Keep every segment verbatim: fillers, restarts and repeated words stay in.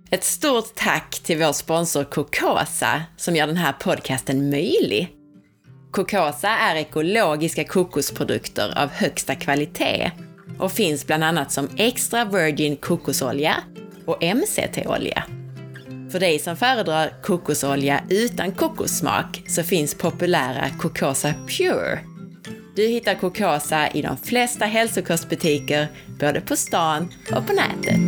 Ett stort tack till vår sponsor Cocosa som gör den här podcasten möjlig. Cocosa är ekologiska kokosprodukter av högsta kvalitet och finns bland annat som extra virgin kokosolja och M C T-olja. För dig som föredrar kokosolja utan kokossmak så finns populära Cocosa Pure. Du hittar Cocosa i de flesta hälsokostbutiker, både på stan och på nätet.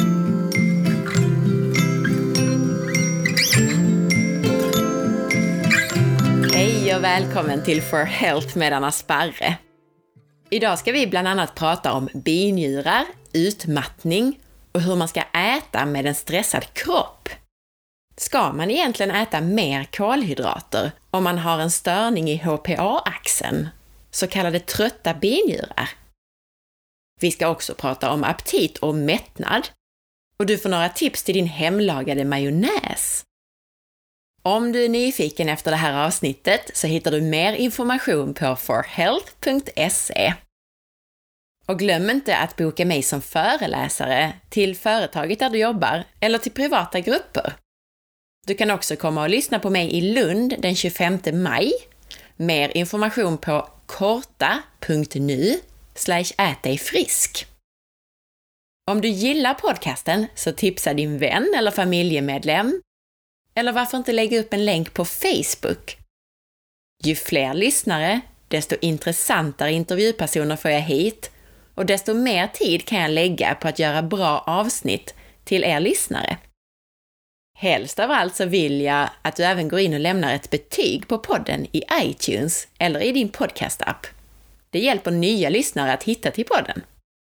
Hej och välkommen till For Health med Anna Sparre. Idag ska vi bland annat prata om binjurar, utmattning och hur man ska äta med en stressad kropp. Ska man egentligen äta mer kolhydrater om man har en störning i H P A-axeln, så kallade trötta binjurar? Vi ska också prata om aptit och mättnad. Och du får några tips till din hemlagade majonnäs. Om du är nyfiken efter det här avsnittet så hittar du mer information på for health punkt se. Och glöm inte att boka mig som föreläsare till företaget där du jobbar eller till privata grupper. Du kan också komma och lyssna på mig i Lund den tjugofemte maj. Mer information på korta punkt nu slash ät dig frisk. Om du gillar podcasten så tipsa din vän eller familjemedlem. Eller varför inte lägga upp en länk på Facebook? Ju fler lyssnare, desto intressantare intervjupersoner får jag hit och desto mer tid kan jag lägga på att göra bra avsnitt till er lyssnare. Helst av allt så vill jag att du även går in och lämnar ett betyg på podden i iTunes eller i din podcast-app. Det hjälper nya lyssnare att hitta till podden.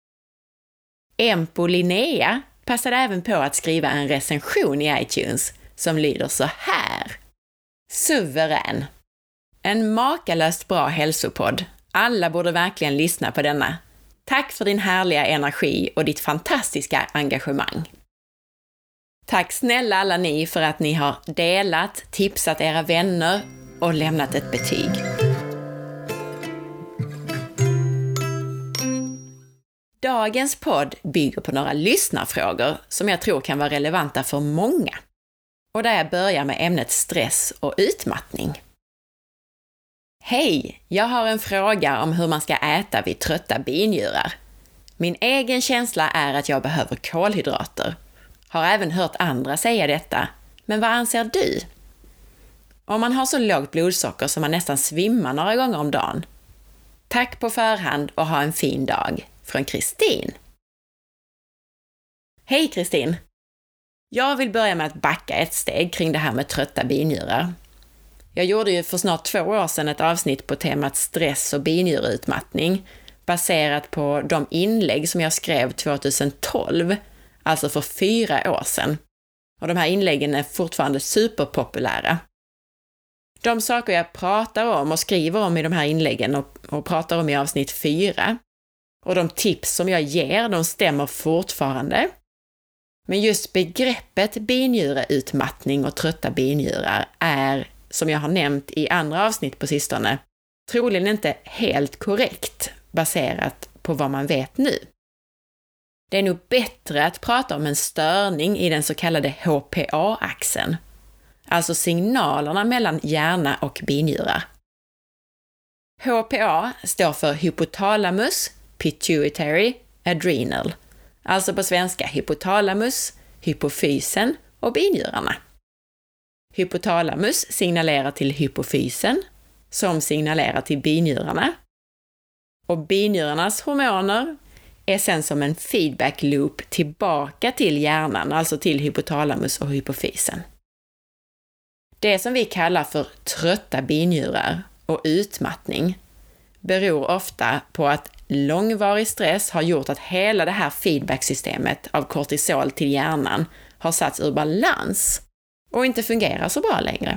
Empo Linnea passade även på att skriva en recension i iTunes som lyder så här. Suverän. En makalöst bra hälsopodd. Alla borde verkligen lyssna på denna. Tack för din härliga energi och ditt fantastiska engagemang. Tack snälla alla ni för att ni har delat, tipsat era vänner och lämnat ett betyg. Dagens podd bygger på några lyssnarfrågor som jag tror kan vara relevanta för många. Och där jag börjar med ämnet stress och utmattning. Hej, jag har en fråga om hur man ska äta vid trötta binjurar. Min egen känsla är att jag behöver kolhydrater. Har även hört andra säga detta, men vad anser du? Om man har så lågt blodsocker som man nästan svimmar några gånger om dagen. Tack på förhand och ha en fin dag. Från Kristin. Hej Kristin! Jag vill börja med att backa ett steg kring det här med trötta binjurar. Jag gjorde ju för snart två år sedan ett avsnitt på temat stress och binjurutmattning baserat på de inlägg som jag skrev tjugohundratolv, alltså för fyra år sedan. Och de här inläggen är fortfarande superpopulära. De saker jag pratar om och skriver om i de här inläggen och, och pratar om i avsnitt fyra och de tips som jag ger, de stämmer fortfarande. Men just begreppet binjureutmattning och trötta binjurar är, som jag har nämnt i andra avsnitt på sistone, troligen inte helt korrekt baserat på vad man vet nu. Det är nog bättre att prata om en störning i den så kallade H P A-axeln, alltså signalerna mellan hjärna och binjurar. H P A står för hypotalamus, pituitary, adrenal, alltså på svenska hypotalamus, hypofysen och binjurarna. Hypotalamus signalerar till hypofysen, som signalerar till binjurarna. Och binjurarnas hormoner är sen som en feedback loop tillbaka till hjärnan, alltså till hypotalamus och hypofysen. Det som vi kallar för trötta binjurar och utmattning beror ofta på att långvarig stress har gjort att hela det här feedbacksystemet av kortisol till hjärnan har satts ur balans och inte fungerar så bra längre.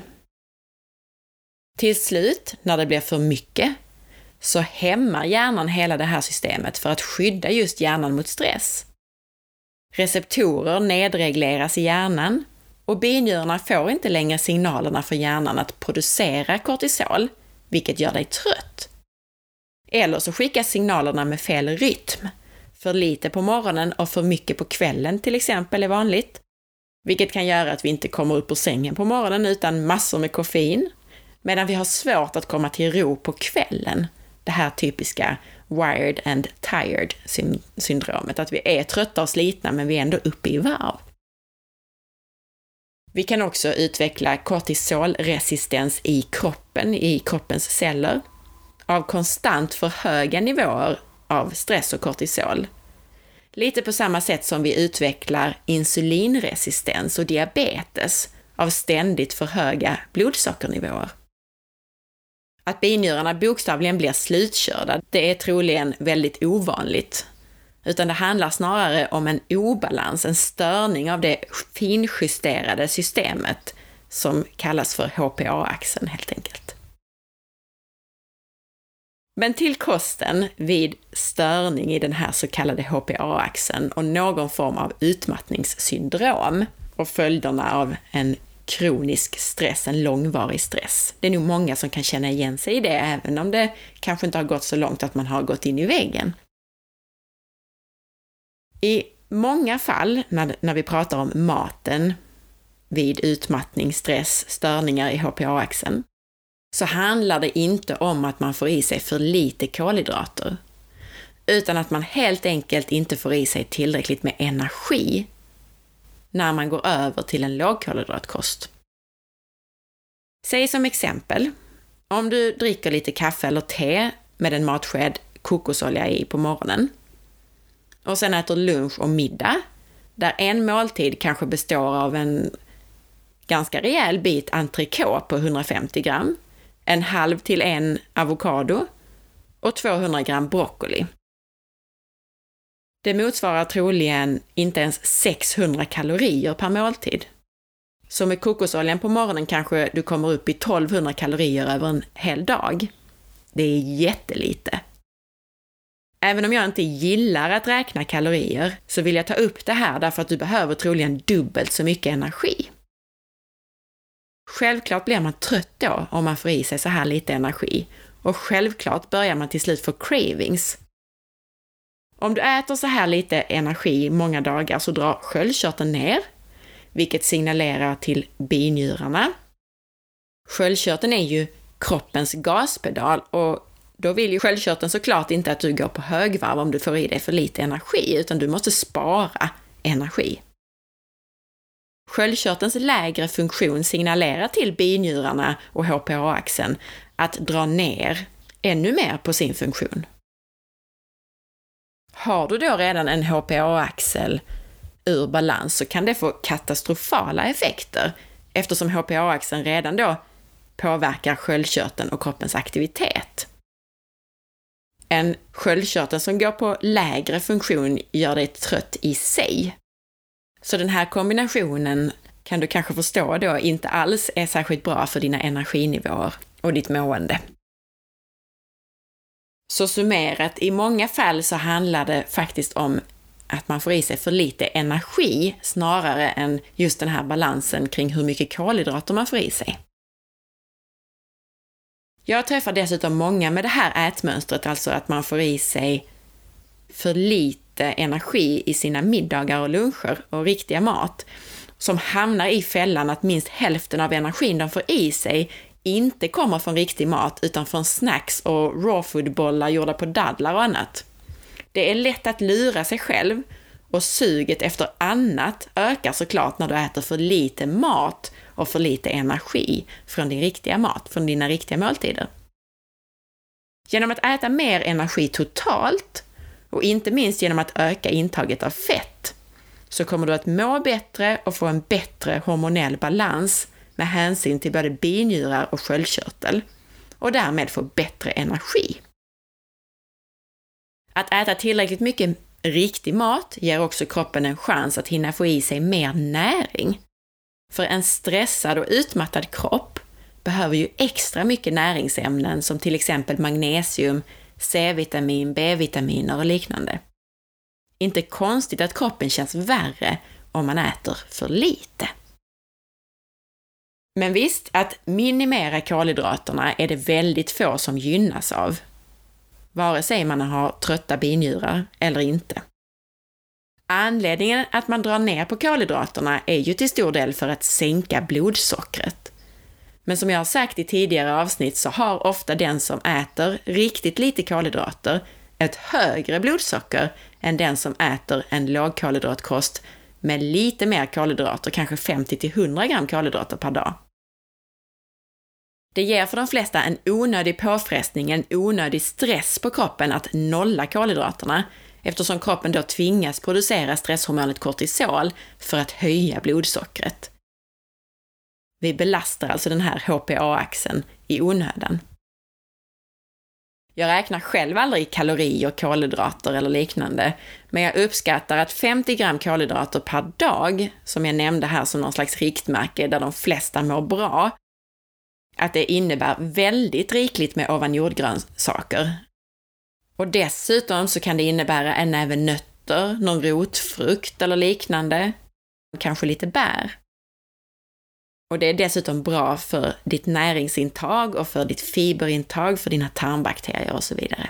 Till slut, när det blir för mycket, så hämmar hjärnan hela det här systemet för att skydda just hjärnan mot stress. Receptorer nedregleras i hjärnan och binjurarna får inte längre signalerna för hjärnan att producera kortisol, vilket gör dig trött. Eller så skickas signalerna med fel rytm. För lite på morgonen och för mycket på kvällen till exempel är vanligt. vilket kan göra att vi inte kommer upp ur sängen på morgonen utan massor med koffein, medan vi har svårt att komma till ro på kvällen. Det här typiska wired and tired syndromet, att vi är trötta och slitna men vi är ändå uppe i varv. Vi kan också utveckla kortisolresistens i kroppen, i kroppens celler, av konstant för höga nivåer av stress och kortisol. Lite på samma sätt som vi utvecklar insulinresistens och diabetes av ständigt för höga blodsockernivåer. Att binjurarna bokstavligen blir slutkörda, det är troligen väldigt ovanligt. Utan det handlar snarare om en obalans, en störning av det finjusterade systemet som kallas för H P A-axeln helt enkelt. Men till kosten vid störning i den här så kallade H P A-axeln och någon form av utmattningssyndrom och följderna av en kronisk stress, en långvarig stress. Det är nog många som kan känna igen sig i det, även om det kanske inte har gått så långt att man har gått in i väggen. I många fall när, när vi pratar om maten vid utmattning, stress, störningar i H P A-axeln så handlar det inte om att man får i sig för lite kolhydrater, utan att man helt enkelt inte får i sig tillräckligt med energi när man går över till en lågkolhydratkost. Säg som exempel, om du dricker lite kaffe eller te med en matsked kokosolja i på morgonen och sen äter lunch och middag, där en måltid kanske består av en ganska rejäl bit entrecote på hundrafemtio gram, en halv till en avokado och tvåhundra gram broccoli. Det motsvarar troligen inte ens sexhundra kalorier per måltid. Så med kokosoljan på morgonen kanske du kommer upp i tolvhundra kalorier över en hel dag. Det är jättelite. Även om jag inte gillar att räkna kalorier så vill jag ta upp det här därför att du behöver troligen dubbelt så mycket energi. Självklart blir man trött då om man får i sig så här lite energi och självklart börjar man till slut få cravings. Om du äter så här lite energi många dagar så drar sköldkörteln ner, vilket signalerar till binjurarna. Sköldkörteln är ju kroppens gaspedal och då vill ju sköldkörteln såklart inte att du går på högvarv om du får i dig för lite energi, utan du måste spara energi. Sköldkörtelns lägre funktion signalerar till binjurarna och H P A-axeln att dra ner ännu mer på sin funktion. Har du då redan en H P A-axel ur balans så kan det få katastrofala effekter eftersom H P A-axeln redan då påverkar sköldkörteln och kroppens aktivitet. En sköldkörtel som går på lägre funktion gör dig trött i sig. Så den här kombinationen kan du kanske förstå då inte alls är särskilt bra för dina energinivåer och ditt mående. Så summerat, i många fall så handlar det faktiskt om att man får i sig för lite energi snarare än just den här balansen kring hur mycket kolhydrater man får i sig. Jag träffar dessutom många med det här ätmönstret, alltså att man får i sig för lite energi i sina middagar och luncher och riktiga mat, som hamnar i fällan att minst hälften av energin de får i sig inte kommer från riktig mat utan från snacks och raw food-bollar gjorda på dadlar och annat. Det är lätt att lura sig själv och suget efter annat ökar såklart när du äter för lite mat och för lite energi från din riktiga mat, från dina riktiga måltider. Genom att äta mer energi totalt och inte minst genom att öka intaget av fett så kommer du att må bättre och få en bättre hormonell balans med hänsyn till både binjurar och sköldkörtel och därmed få bättre energi. Att äta tillräckligt mycket riktig mat ger också kroppen en chans att hinna få i sig mer näring. För en stressad och utmattad kropp behöver ju extra mycket näringsämnen som till exempel magnesium, C-vitamin, B-vitaminer och liknande. Inte konstigt att kroppen känns värre om man äter för lite. Men visst, att minimera kolhydraterna är det väldigt få som gynnas av, vare sig man har trötta binjurar eller inte. Anledningen att man drar ner på kolhydraterna är ju till stor del för att sänka blodsockret. Men som jag har sagt i tidigare avsnitt så har ofta den som äter riktigt lite kolhydrater ett högre blodsocker än den som äter en lågkolhydratkost med lite mer kolhydrater, kanske femtio till hundra gram kolhydrater per dag. Det ger för de flesta en onödig påfrestning, en onödig stress på kroppen att nolla kolhydraterna, eftersom kroppen då tvingas producera stresshormonet kortisol för att höja blodsockret. Vi belastar alltså den här H P A-axeln i onödan. Jag räknar själv aldrig kalorier, kolhydrater eller liknande, men jag uppskattar att femtio gram kolhydrater per dag, som jag nämnde här som någon slags riktmärke där de flesta mår bra, att det innebär väldigt rikligt med ovanjordgrönsaker. Och dessutom så kan det innebära en näve nötter, någon rotfrukt eller liknande, kanske lite bär. Och det är dessutom bra för ditt näringsintag och för ditt fiberintag, för dina tarmbakterier och så vidare.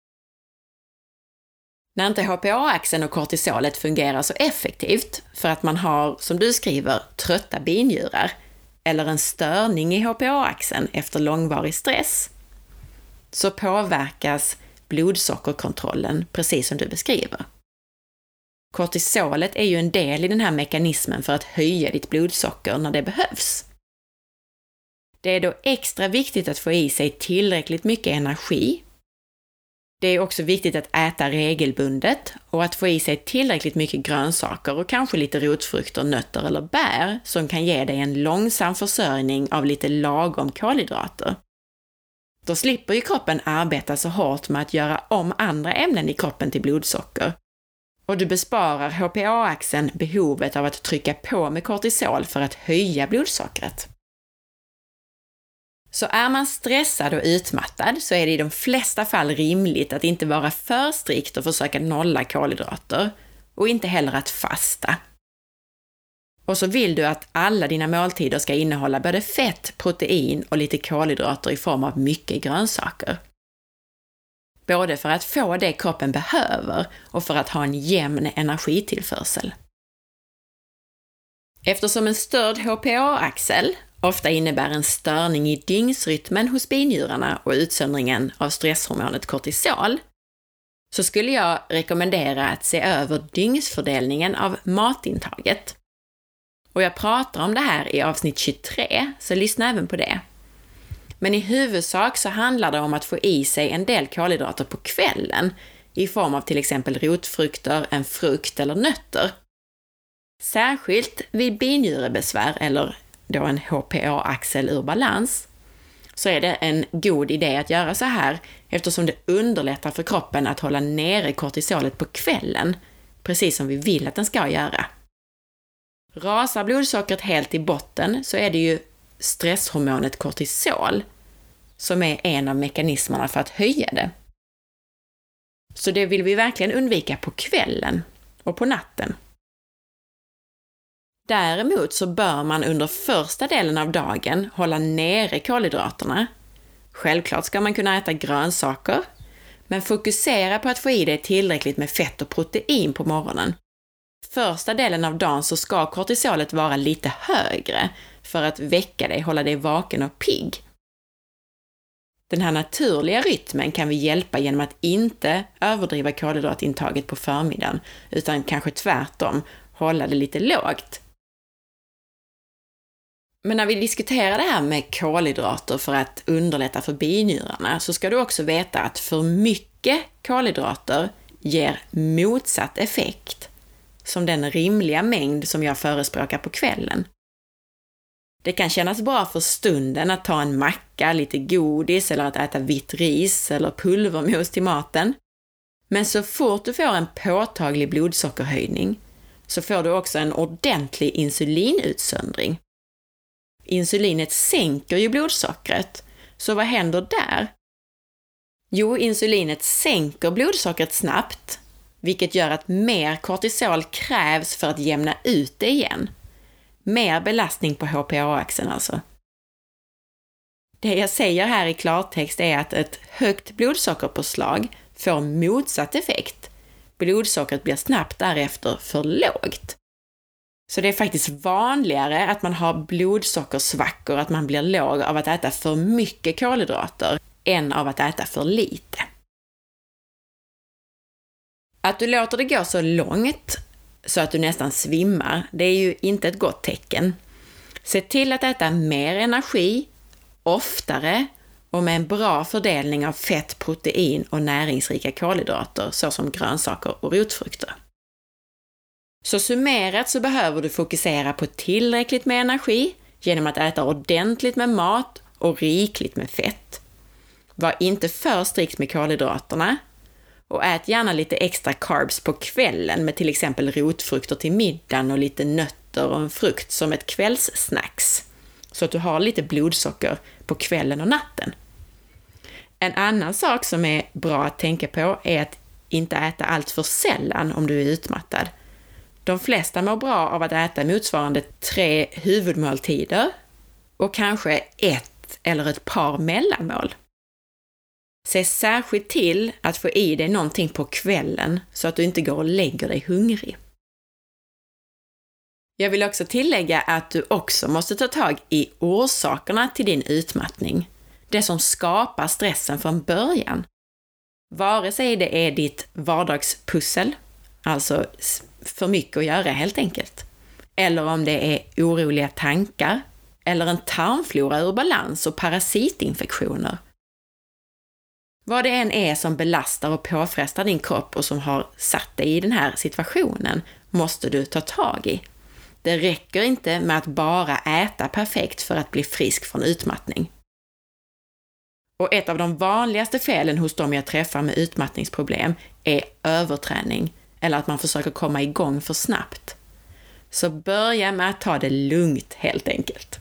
När inte H P A-axeln och kortisolet fungerar så effektivt för att man har, som du skriver, trötta binjurar eller en störning i H P A-axeln efter långvarig stress, så påverkas blodsockerkontrollen precis som du beskriver. Kortisolet är ju en del i den här mekanismen för att höja ditt blodsocker när det behövs. Det är då extra viktigt att få i sig tillräckligt mycket energi. Det är också viktigt att äta regelbundet och att få i sig tillräckligt mycket grönsaker och kanske lite rotfrukter, nötter eller bär som kan ge dig en långsam försörjning av lite lagom kolhydrater. Då slipper ju kroppen arbeta så hårt med att göra om andra ämnen i kroppen till blodsocker. Och du besparar H P A-axeln behovet av att trycka på med kortisol för att höja blodsockret. Så är man stressad och utmattad så är det i de flesta fall rimligt att inte vara för strikt och försöka nolla kolhydrater och inte heller att fasta. Och så vill du att alla dina måltider ska innehålla både fett, protein och lite kolhydrater i form av mycket grönsaker. Både för att få det kroppen behöver och för att ha en jämn energitillförsel. Eftersom en störd H P A-axel ofta innebär en störning i dygnsrytmen hos binjurarna och utsöndringen av stresshormonet kortisol, så skulle jag rekommendera att se över dygnsfördelningen av matintaget. Och jag pratar om det här i avsnitt tjugotre, så lyssna även på det. Men i huvudsak så handlar det om att få i sig en del kolhydrater på kvällen i form av till exempel rotfrukter, en frukt eller nötter. Särskilt vid binjurebesvär eller då en H P A-axel ur balans så är det en god idé att göra så här eftersom det underlättar för kroppen att hålla nere kortisolet på kvällen, precis som vi vill att den ska göra. Rasar blodsockret helt i botten så är det ju stresshormonet kortisol som är en av mekanismerna för att höja det. Så det vill vi verkligen undvika på kvällen och på natten. Däremot så bör man under första delen av dagen hålla nere kolhydraterna. Självklart ska man kunna äta grönsaker, men fokusera på att få i dig tillräckligt med fett och protein på morgonen. Första delen av dagen så ska kortisolet vara lite högre för att väcka dig, hålla dig vaken och pigg. Den här naturliga rytmen kan vi hjälpa genom att inte överdriva kolhydratintaget på förmiddagen, utan kanske tvärtom hålla det lite lågt. Men när vi diskuterar det här med kolhydrater för att underlätta för binjurarna så ska du också veta att för mycket kolhydrater ger motsatt effekt som den rimliga mängd som jag förespråkar på kvällen. Det kan kännas bra för stunden att ta en macka, lite godis eller att äta vitt ris eller pulvermos till maten. Men så fort du får en påtaglig blodsockerhöjning så får du också en ordentlig insulinutsöndring. Insulinet sänker ju blodsockret, så vad händer där? Jo, insulinet sänker blodsockret snabbt, vilket gör att mer kortisol krävs för att jämna ut det igen. Mer belastning på H P A-axeln alltså. Det jag säger här i klartext är att ett högt blodsockerpåslag får motsatt effekt. blodsockret blir snabbt därefter för lågt. Så det är faktiskt vanligare att man har blodsockersvackor, att man blir låg av att äta för mycket kolhydrater än av att äta för lite. Att du låter det gå så långt så att du nästan svimmar, det är ju inte ett gott tecken. Se till att äta mer energi, oftare och med en bra fördelning av fett, protein och näringsrika kolhydrater såsom grönsaker och rotfrukter. Så summerat så behöver du fokusera på tillräckligt med energi genom att äta ordentligt med mat och rikligt med fett. Var inte för strikt med kolhydraterna och ät gärna lite extra carbs på kvällen med till exempel rotfrukter till middagen och lite nötter och en frukt som ett kvällssnacks så att du har lite blodsocker på kvällen och natten. En annan sak som är bra att tänka på är att inte äta allt för sällan om du är utmattad. De flesta mår bra av att äta motsvarande tre huvudmåltider och kanske ett eller ett par mellanmål. Se särskilt till att få i dig någonting på kvällen så att du inte går och lägger dig hungrig. Jag vill också tillägga att du också måste ta tag i orsakerna till din utmattning. Det som skapar stressen från början. Vare sig det är ditt vardagspussel, alltså för mycket att göra helt enkelt. Eller om det är oroliga tankar eller en tarmflora ur balans och parasitinfektioner. Vad det än är som belastar och påfrestar din kropp och som har satt dig i den här situationen måste du ta tag i. Det räcker inte med att bara äta perfekt för att bli frisk från utmattning. Och ett av de vanligaste felen hos dem jag träffar med utmattningsproblem är överträning eller att man försöker komma igång för snabbt. Så börja med att ta det lugnt helt enkelt.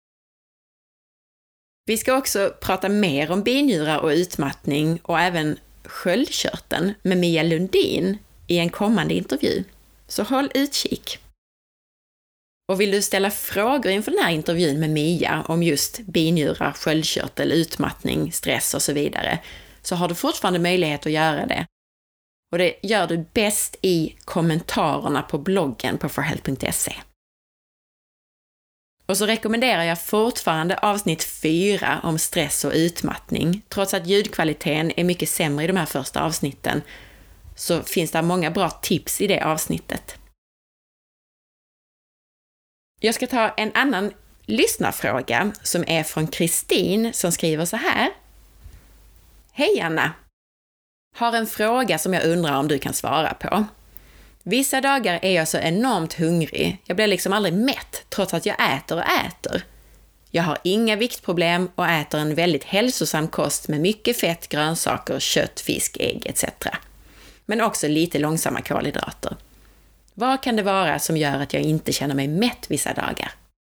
Vi ska också prata mer om binjurar och utmattning och även sköldkörteln med Mia Lundin i en kommande intervju. Så håll utkik. Och vill du ställa frågor inför den här intervjun med Mia om just binjurar, sköldkörtel, utmattning, stress och så vidare så har du fortfarande möjlighet att göra det. Och det gör du bäst i kommentarerna på bloggen på forhealth punkt se. Och så rekommenderar jag fortfarande avsnitt fyra om stress och utmattning. Trots att ljudkvaliteten är mycket sämre i de här första avsnitten så finns det många bra tips i det avsnittet. Jag ska ta en annan lyssnarfråga som är från Kristin som skriver så här. Hej Anna! Har en fråga som jag undrar om du kan svara på. Vissa dagar är jag så enormt hungrig. Jag blir liksom aldrig mätt trots att jag äter och äter. Jag har inga viktproblem och äter en väldigt hälsosam kost med mycket fett, grönsaker, kött, fisk, ägg et cetera. Men också lite långsamma kolhydrater. Vad kan det vara som gör att jag inte känner mig mätt vissa dagar?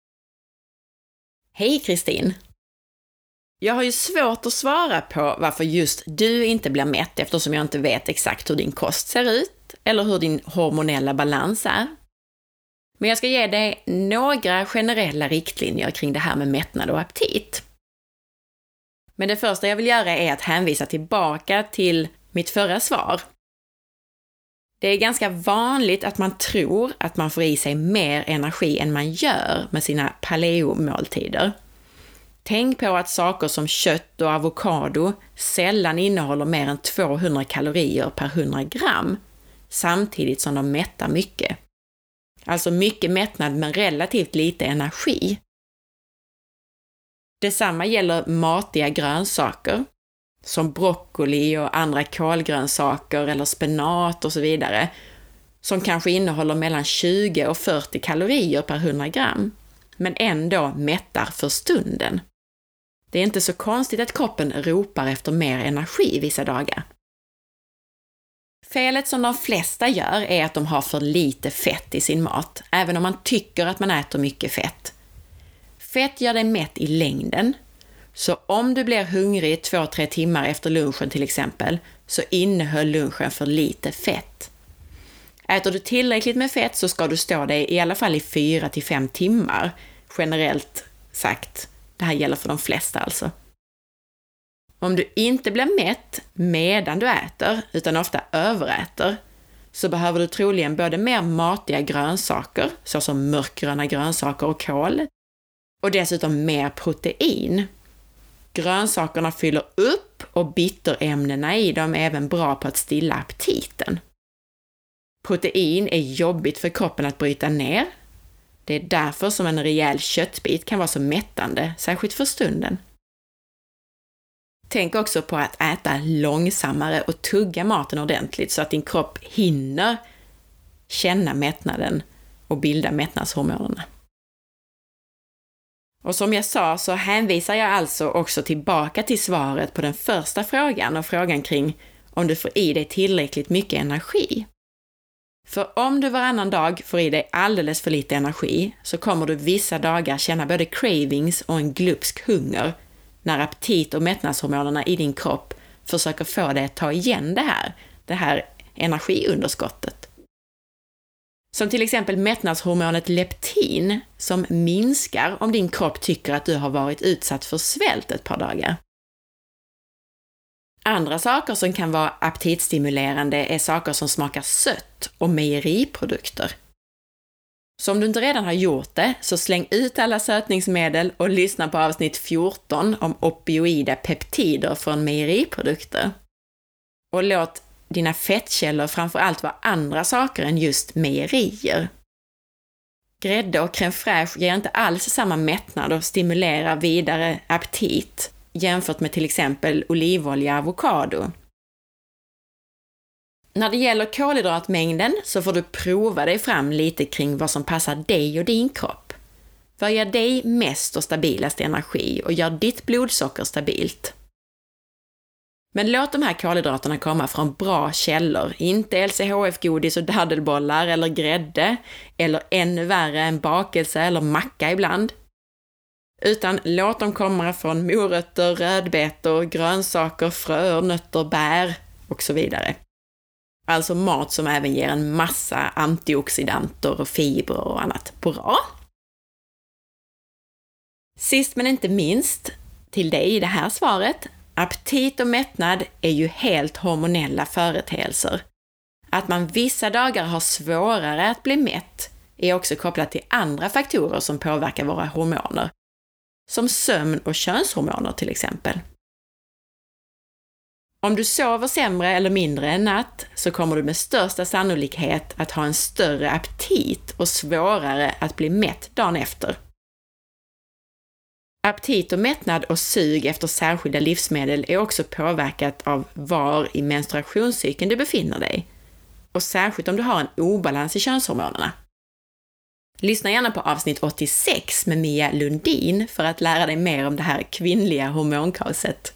Hej Kristin! Jag har ju svårt att svara på varför just du inte blir mätt eftersom jag inte vet exakt hur din kost ser ut eller hur din hormonella balans är. Men jag ska ge dig några generella riktlinjer kring det här med mättnad och aptit. Men det första jag vill göra är att hänvisa tillbaka till mitt förra svar. Det är ganska vanligt att man tror att man får i sig mer energi än man gör med sina paleo-måltider. Tänk på att saker som kött och avokado sällan innehåller mer än tvåhundra kalorier per hundra gram, samtidigt som de mättar mycket. Alltså mycket mättnad men relativt lite energi. Detsamma gäller matiga grönsaker, som broccoli och andra kolgrönsaker eller spenat och så vidare, som kanske innehåller mellan tjugo och fyrtio kalorier per hundra gram, men ändå mättar för stunden. Det är inte så konstigt att kroppen ropar efter mer energi vissa dagar. Felet som de flesta gör är att de har för lite fett i sin mat, även om man tycker att man äter mycket fett. Fett gör dig mätt i längden, så om du blir hungrig två tre timmar efter lunchen till exempel, så innehöll lunchen för lite fett. Äter du tillräckligt med fett så ska du stå dig i alla fall i fyra till fem timmar, generellt sagt. Det här gäller för de flesta alltså. Om du inte blir mätt medan du äter, utan ofta överäter, så behöver du troligen både mer matiga grönsaker, såsom mörkgröna grönsaker och kål, och dessutom mer protein. Grönsakerna fyller upp och bitterämnena i dem är även bra på att stilla aptiten. Protein är jobbigt för kroppen att bryta ner. Det är därför som en rejäl köttbit kan vara så mättande, särskilt för stunden. Tänk också på att äta långsammare och tugga maten ordentligt så att din kropp hinner känna mättnaden och bilda mättnadshormonerna. Och som jag sa så hänvisar jag alltså också tillbaka till svaret på den första frågan och frågan kring om du får i dig tillräckligt mycket energi. För om du varannan dag får i dig alldeles för lite energi så kommer du vissa dagar känna både cravings och en glupsk hunger när aptit och mättnadshormonerna i din kropp försöker få dig att ta igen det här, det här energiunderskottet. Som till exempel mättnadshormonet leptin som minskar om din kropp tycker att du har varit utsatt för svält ett par dagar. Andra saker som kan vara aptitstimulerande är saker som smakar sött och mejeriprodukter. Så om du inte redan har gjort det, så släng ut alla sötningsmedel och lyssna på avsnitt fjorton om opioida peptider från mejeriprodukter. Och låt dina fettkällor framförallt vara andra saker än just mejerier. Grädde och crème fraîche ger inte alls samma mättnad och stimulerar vidare aptit jämfört med till exempel olivolja och avokado. När det gäller kolhydratmängden så får du prova dig fram lite kring vad som passar dig och din kropp. Vad ger dig mest och stabilast energi och gör ditt blodsocker stabilt? Men låt de här kolhydraterna komma från bra källor, inte L C H F-godis och daddelbollar eller grädde, eller ännu värre en bakelse eller macka ibland. Utan låt dem komma från morötter, rödbetor, grönsaker, fröer, nötter, bär och så vidare. Alltså mat som även ger en massa antioxidanter och fibrer och annat bra. Sist men inte minst, till dig i det här svaret, aptit och mättnad är ju helt hormonella företeelser. Att man vissa dagar har svårare att bli mätt är också kopplat till andra faktorer som påverkar våra hormoner, som sömn och könshormoner till exempel. Om du sover sämre eller mindre en natt så kommer du med största sannolikhet att ha en större aptit och svårare att bli mätt dagen efter. Aptit och mättnad och sug efter särskilda livsmedel är också påverkat av var i menstruationscykeln du befinner dig, och särskilt om du har en obalans i könshormonerna. Lyssna gärna på avsnitt åttiosex med Mia Lundin för att lära dig mer om det här kvinnliga hormonkaoset.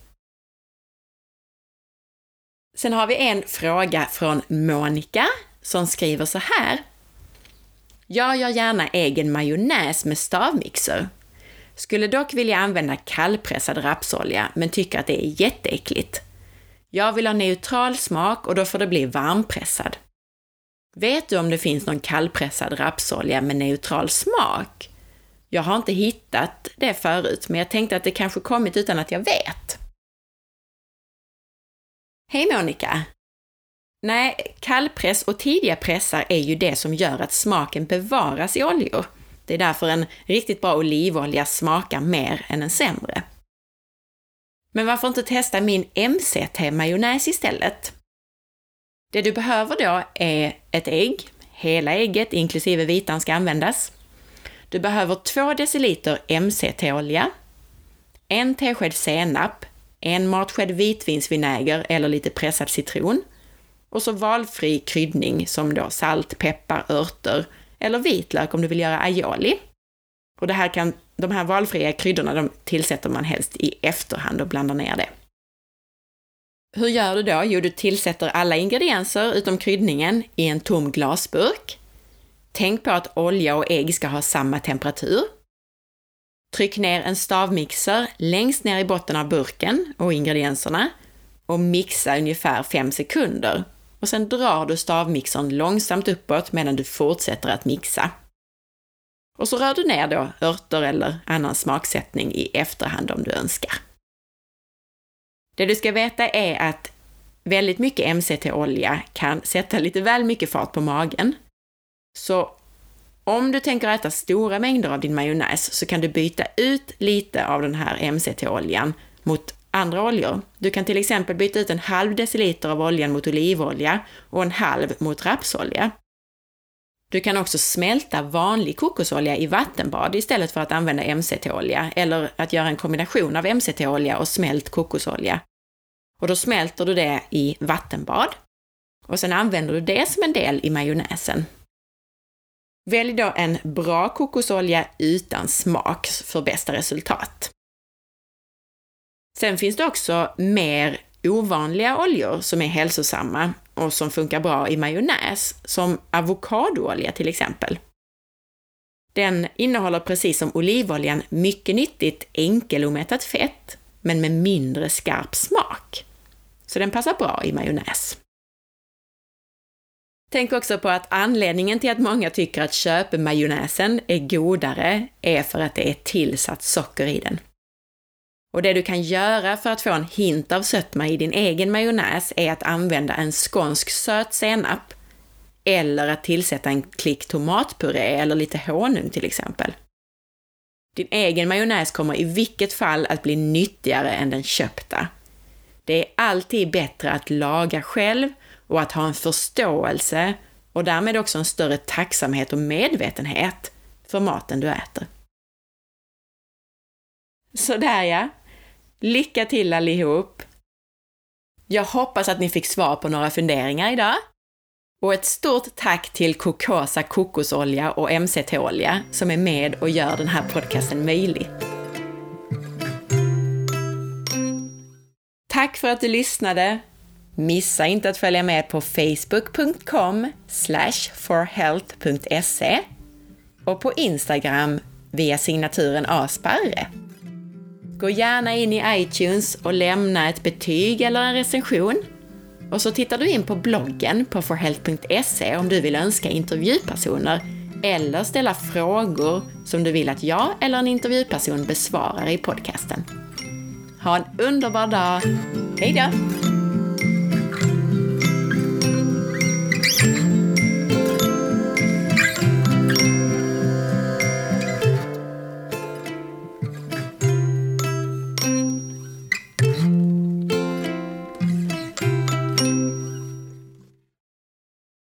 Sen har vi en fråga från Monica som skriver så här. Jag gör gärna egen majonnäs med stavmixer. Skulle dock vilja använda kallpressad rapsolja men tycker att det är jätteäckligt. Jag vill ha neutral smak och då får det bli varmpressad. Vet du om det finns någon kallpressad rapsolja med neutral smak? Jag har inte hittat det förut, men jag tänkte att det kanske kommit utan att jag vet. Hej Monica! Nej, kallpress och tidiga pressar är ju det som gör att smaken bevaras i oljor. Det är därför en riktigt bra olivolja smakar mer än en sämre. Men varför inte testa min M C T-majonnäs istället? Det du behöver då är ett ägg, hela ägget inklusive vitan ska användas. Du behöver två deciliter M C T-olja, en tesked senap, en matsked vitvinsvinäger eller lite pressad citron och så valfri kryddning som då salt, peppar, örter eller vitlök om du vill göra aioli. Och det här kan, de här valfria kryddorna de tillsätter man helst i efterhand och blandar ner det. Hur gör du då? Jo, du tillsätter alla ingredienser utom kryddningen i en tom glasburk. Tänk på att olja och ägg ska ha samma temperatur. Tryck ner en stavmixer längst ner i botten av burken och ingredienserna och mixa ungefär fem sekunder. Och sen drar du stavmixern långsamt uppåt medan du fortsätter att mixa. Och så rör du ner då örter eller annan smaksättning i efterhand om du önskar. Det du ska veta är att väldigt mycket M C T-olja kan sätta lite väl mycket fart på magen. Så om du tänker äta stora mängder av din majonnäs så kan du byta ut lite av den här M C T-oljan mot andra oljor. Du kan till exempel byta ut en halv deciliter av oljan mot olivolja och en halv mot rapsolja. Du kan också smälta vanlig kokosolja i vattenbad istället för att använda M C T-olja eller att göra en kombination av M C T-olja och smält kokosolja. Och då smälter du det i vattenbad och sen använder du det som en del i majonnäsen. Välj då en bra kokosolja utan smak för bästa resultat. Sen finns det också mer ovanliga oljor som är hälsosamma och som funkar bra i majonnäs, som avokadoolja till exempel. Den innehåller precis som olivoljan mycket nyttigt enkelomättat fett, men med mindre skarp smak. Så den passar bra i majonnäs. Tänk också på att anledningen till att många tycker att köpmajonnäsen är godare är för att det är tillsatt socker i den. Och det du kan göra för att få en hint av sötma i din egen majonnäs är att använda en skånsk söt senap eller att tillsätta en klick tomatpuré eller lite honung till exempel. Din egen majonnäs kommer i vilket fall att bli nyttigare än den köpta. Det är alltid bättre att laga själv och att ha en förståelse och därmed också en större tacksamhet och medvetenhet för maten du äter. Så där ja. Lycka till allihop! Jag hoppas att ni fick svar på några funderingar idag. Och ett stort tack till Kokosa kokosolja och M C T-olja som är med och gör den här podcasten möjlig. Tack för att du lyssnade! Missa inte att följa med på facebook punkt com slash forhealth punkt se och på Instagram via signaturen asparre. Gå gärna in i iTunes och lämna ett betyg eller en recension. Och så tittar du in på bloggen på forhealth punkt se om du vill önska intervjupersoner eller ställa frågor som du vill att jag eller en intervjuperson besvarar i podcasten. Ha en underbar dag! Hej då!